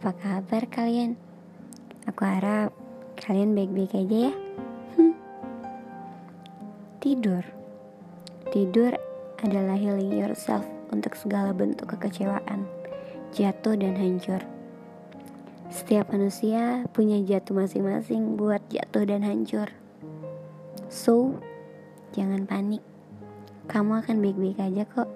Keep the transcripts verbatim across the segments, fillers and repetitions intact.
Apa kabar kalian? Aku harap kalian baik-baik aja ya. Hmm. Tidur. Tidur adalah healing yourself untuk segala bentuk kekecewaan, jatuh dan hancur. Setiap manusia punya jatuh masing-masing buat jatuh dan hancur. So, jangan panik. Kamu akan baik-baik aja kok.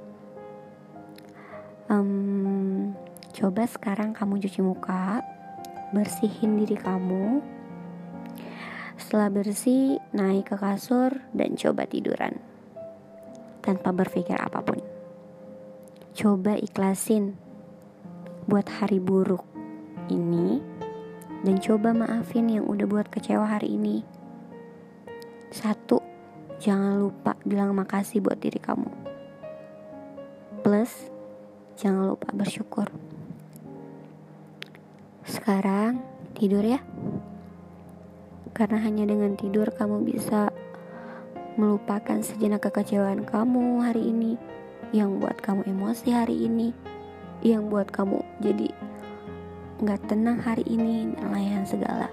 Um, coba sekarang kamu cuci muka, bersihin diri kamu. Setelah bersih, naik ke kasur dan coba tiduran tanpa berpikir apapun. Coba ikhlasin buat hari buruk ini dan coba maafin yang udah buat kecewa hari ini. Satu, jangan lupa bilang makasih buat diri kamu. Plus, jangan lupa bersyukur. Sekarang tidur ya. Karena hanya dengan tidur kamu bisa melupakan sejenak kekecewaan kamu hari ini, yang buat kamu emosi hari ini, yang buat kamu jadi gak tenang hari ini, dan lain segala.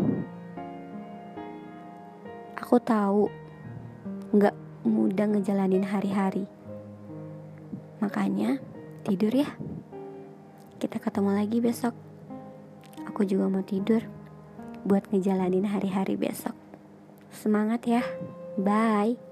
Aku tahu gak mudah ngejalanin hari-hari. Makanya tidur ya. Kita ketemu lagi besok. Aku juga mau tidur buat ngejalanin hari-hari besok. Semangat ya. Bye.